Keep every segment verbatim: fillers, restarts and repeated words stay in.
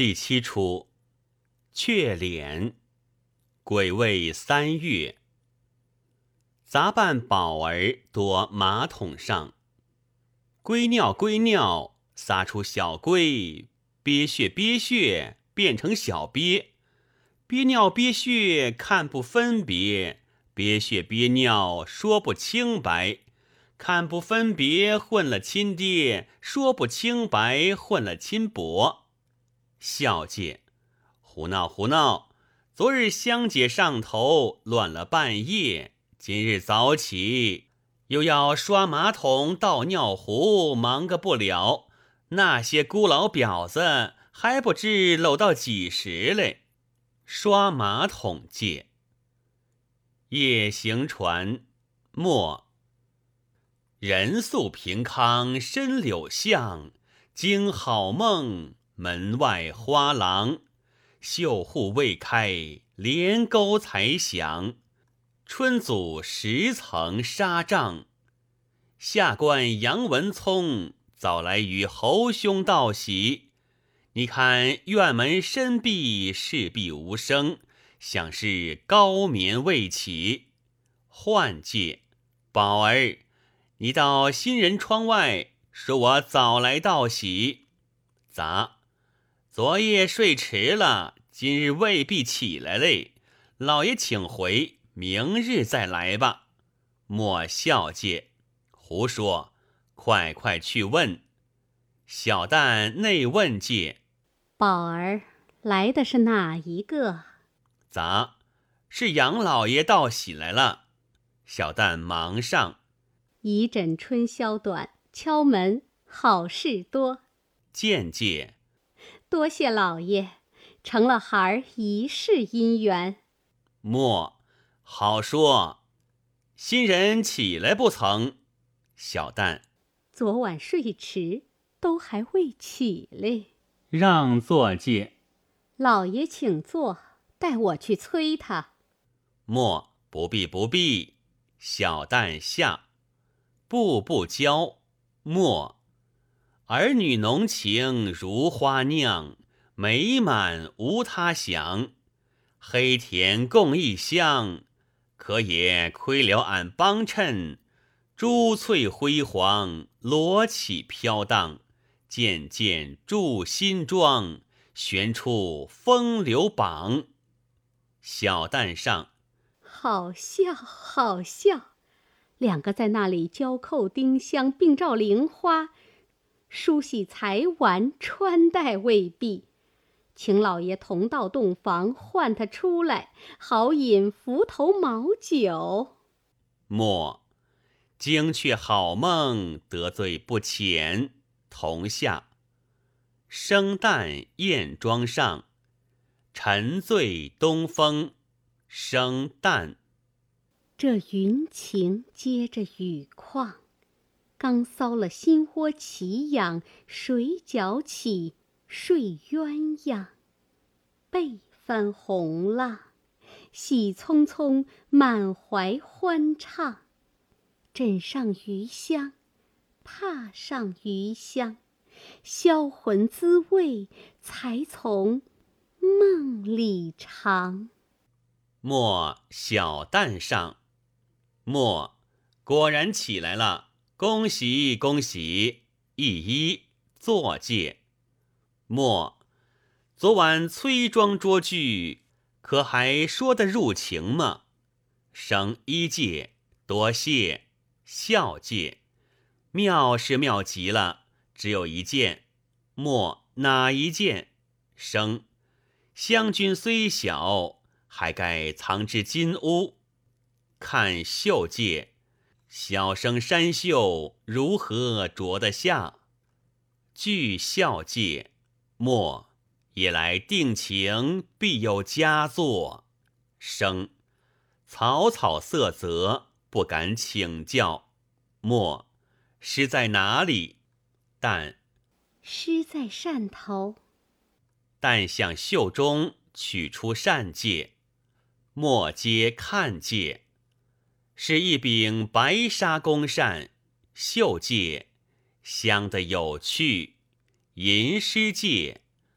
第七出，雀脸。癸未三月，杂办宝儿多马桶上，龟尿龟尿撒出小龟，憋血憋血变成小鳖，憋尿憋血看不分别，憋血憋尿说不清白，看不分别混了亲爹，说不清白混了亲伯。孝介，胡闹胡闹，昨日香姐上头乱了半夜，今日早起又要刷马桶倒尿壶，忙个不了，那些孤老婊子还不知搂到几时嘞。刷马桶界。夜行船。末。人宿平康深柳巷，惊好梦门外花郎，绣户未开帘钩才响，春阻十层纱帐。下官杨文聪早来与侯兄道喜，你看院门深闭，事闭无声，想是高眠未起。唤介，宝儿，你到新人窗外说我早来道喜。咋？昨夜睡迟了，今日未必起来嘞。老爷请回，明日再来吧。莫孝介，胡说，快快去问。小旦内问介， 宝儿来的是哪一个？ 咋？是杨老爷道喜来了。小旦忙上。 仪诊春宵短，敲门好事多。 见介， 多谢老爷，成了孩儿一世姻缘。 莫好说，新人起来不曾？小旦， 昨晚睡迟，都还未起来。 让座介。 老爷请坐，待我去催他。 莫不必不必。小旦下。步步娇。莫儿女浓情如花酿，美满无他想。黑田共一香，可也亏了俺帮衬。珠翠辉煌，罗绮飘荡，渐渐铸新妆，悬出风流榜。小旦上。 好笑好笑，两个在那里交扣丁香，并照菱花，梳洗才完，穿戴未毕。请老爷同到洞房，唤他出来，好饮伏头毛酒。 莫惊却好梦，得罪不浅。同下。生旦宴妆上。沉醉东风。生旦。 这云晴接着雨况，刚搔了心窝奇痒，水搅起睡鸳鸯。背翻红浪，喜匆匆满怀欢畅。枕上余香，榻上余香，销魂滋味才从梦里尝。 莫小旦上。莫果然起来了，恭喜恭喜！一一坐介。莫昨晚崔庄捉句，可还说得入情吗？生一介，多谢。孝介，妙是妙极了，只有一件。莫哪一件？生湘君虽小，还该藏之金屋。看绣界，小生山绣如何着得下？据孝界，莫也来定情，必有佳作。生草草色泽，不敢请教。莫诗在哪里？但诗在扇头。 但向袖中取出扇介，莫皆看介。是一柄白纱公扇，绣介香得有趣。吟诗界，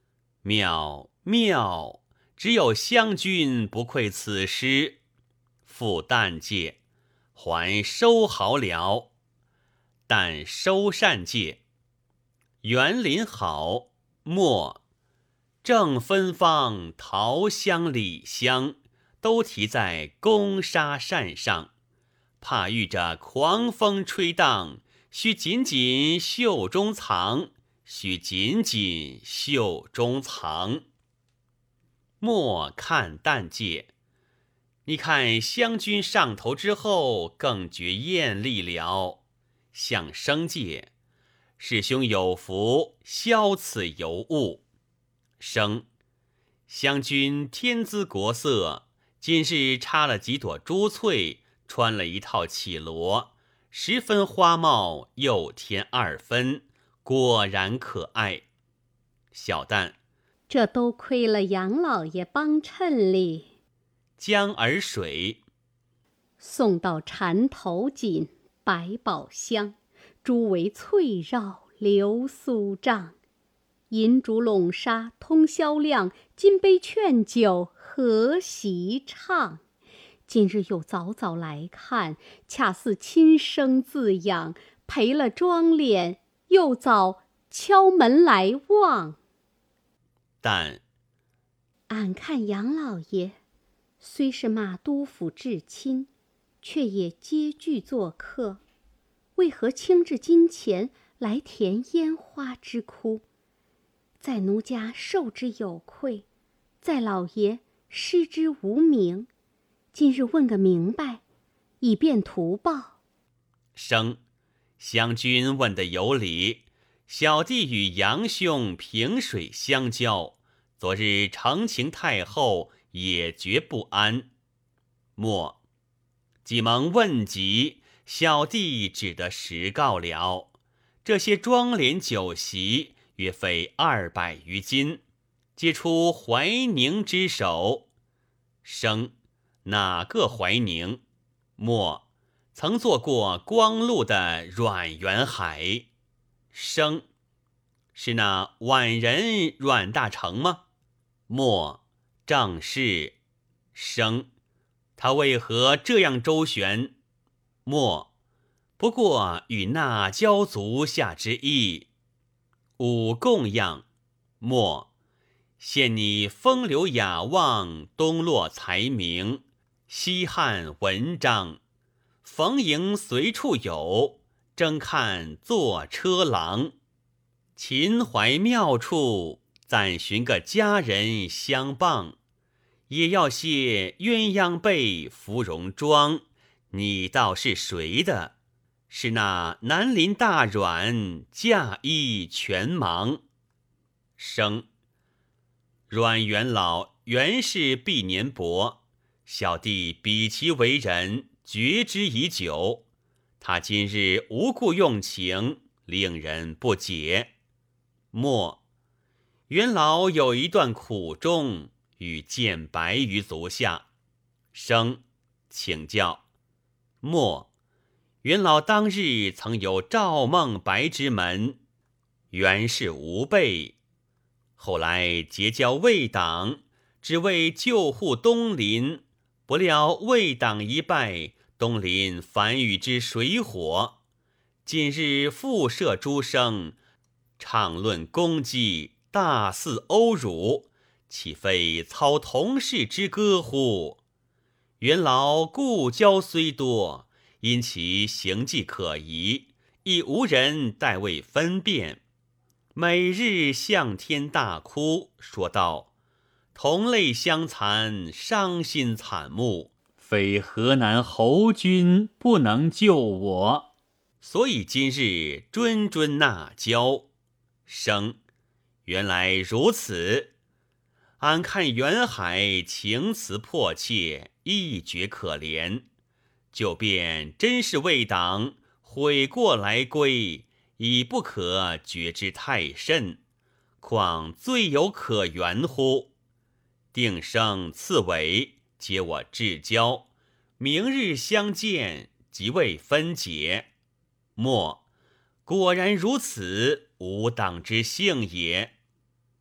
妙妙，只有湘君不愧此诗。复旦界，还收毫了。但收善界，园林好，墨正芬芳，桃香李香，都提在宫纱扇上，怕遇着狂风吹荡，须紧紧袖中藏，须紧紧袖中藏。莫看淡界，你看湘君上头之后，更觉艳丽了。相生界，师兄有福，消此尤物。生，湘君天姿国色，今日插了几朵珠翠，穿了一套绮罗，十分花貌，又添二分，果然可爱。小旦， 这都亏了杨老爷帮衬哩。 江儿水， 送到缠头锦，百宝箱，珠围翠绕，流苏帐。银烛笼纱通宵亮，金杯劝酒何习唱。今日又早早来看，恰似亲生自养，赔了妆脸，又早敲门来望。 但俺看杨老爷虽是马督府至亲，却也皆具做客，为何倾至金钱来填烟花之窟？在奴家受之有愧，在老爷失之无名。今日问个明白，以便图报。 生，湘君问得有理。小弟与杨兄萍水相交，昨日承请太后，也觉不安。末，既蒙问及，小弟只得实告了。这些庄帘酒席，约费二百余金，皆出怀宁之手。生，哪个怀宁？末，曾做过光禄的阮元海。生，是那宛人阮大成吗？末，正是。生，他为何这样周旋？末，不过与那交足下之意。五供养。末，现你风流雅望，东落才名，西汉文章，逢迎随处有，争看坐车郎。秦淮妙处，暂寻个佳人相傍，也要些鸳鸯被、芙蓉妆。你道是谁的？是那南林大阮，嫁衣全盲。生，阮元老原是毕年伯，小弟比其为人，觉之已久。他今日无故用情，令人不解。末，元老有一段苦衷，欲见白于足下。生，请教。末，元老当日曾有赵孟白之门，原是吾辈，后来结交魏党，只为救护东林，不料魏党一败，东林反与之水火。今日复设诸生，畅论攻击，大肆殴辱，岂非操同事之歌乎？元老故交虽多，因其行迹可疑，亦无人代为分辨。每日向天大哭，说道：同类相残，伤心惨目，非河南侯君不能救我，所以今日谆谆纳交。生，原来如此。俺看袁海情辞迫切，一觉可怜，就便真是为党悔过来归，已不可觉之太甚，况罪有可原乎？定生赐委，接我至交，明日相见，即未分解。末，果然如此，吾党之幸也。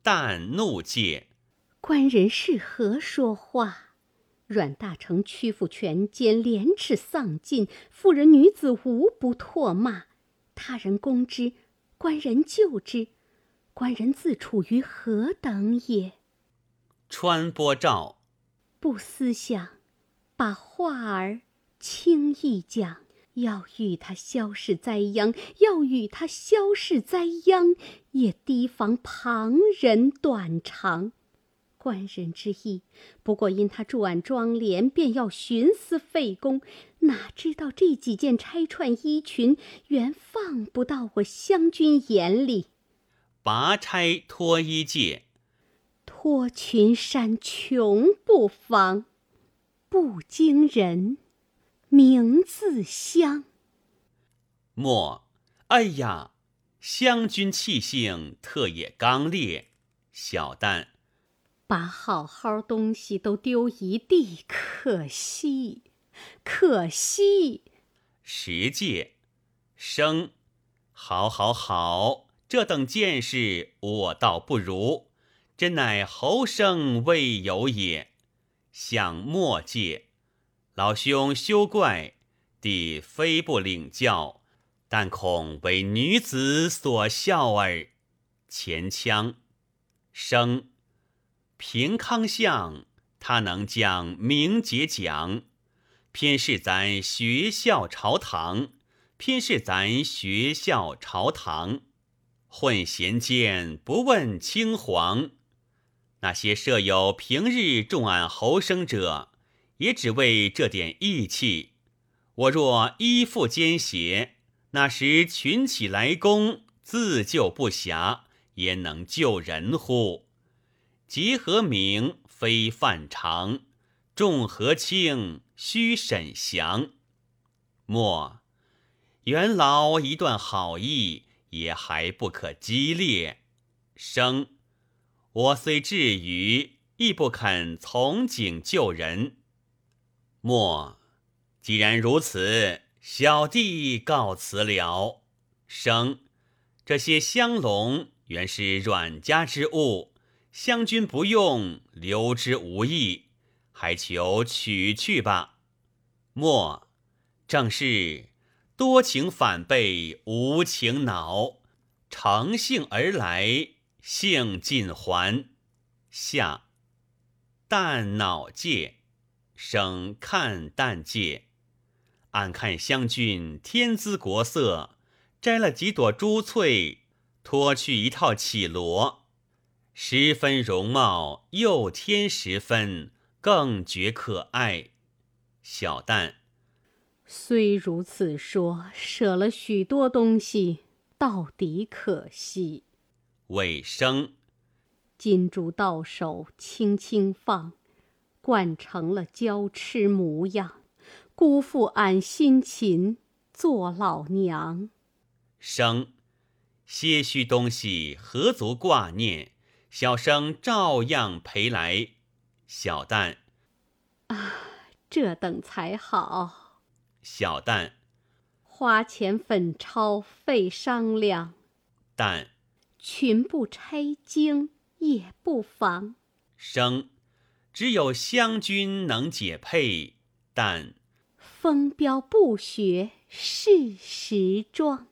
旦怒戒。 官人是何说话？阮大铖屈服权奸，廉耻丧尽，妇人女子无不唾骂。他人攻之，官人救之，官人自处于何等也？ 传播诏， 不思想，把话儿轻易讲，要与他消逝灾殃，要与他消逝灾殃，也提防旁人短长。官人之意，不过因他筑案庄帘，便要徇私费公，哪知道这几件拆穿衣裙，原放不到我湘军眼里。 拔钗脱衣戒， 脱裙衫穷不妨，不惊人，名自香。 末，哎呀，湘军气性特也刚烈。小旦， 把好好东西都丢一地，可惜，可惜。 十戒，生，好好好，这等见识我倒不如，真乃侯生未有也。向末戒，老兄休怪，弟非不领教，但恐为女子所笑耳。前腔，生，平康相，他能将名节讲，偏是咱学校朝堂，偏是咱学校朝堂，混闲间不问青黄。那些设有平日重俺侯生者，也只为这点义气。我若依附奸邪，那时群起来攻，自救不暇，焉能救人乎？节和明，非犯常；重和轻，须审详。末，元老一段好意，也还不可激烈。生，我虽至愚，亦不肯从警救人。末，既然如此，小弟告辞了。生，这些香笼原是阮家之物，湘军不用，留之无益，还求取去吧。末，正是多情反被无情恼，乘兴而来，兴尽还。下，旦恼戒，生看旦戒。暗看湘军天姿国色，摘了几朵珠翠，脱去一套绮罗，十分容貌，又添十分，更觉可爱。小旦， 虽如此说，舍了许多东西，到底可惜。 尾声， 金珠到手，轻轻放，惯成了娇痴模样，辜负俺辛勤做老娘。 生，些许东西何足挂念，小生照样赔来。小旦， 这等才好。 小旦， 花钱粉钞费商量， 旦， 裙布钗经也不妨。 生，只有湘军能解配，但风标不学是时装。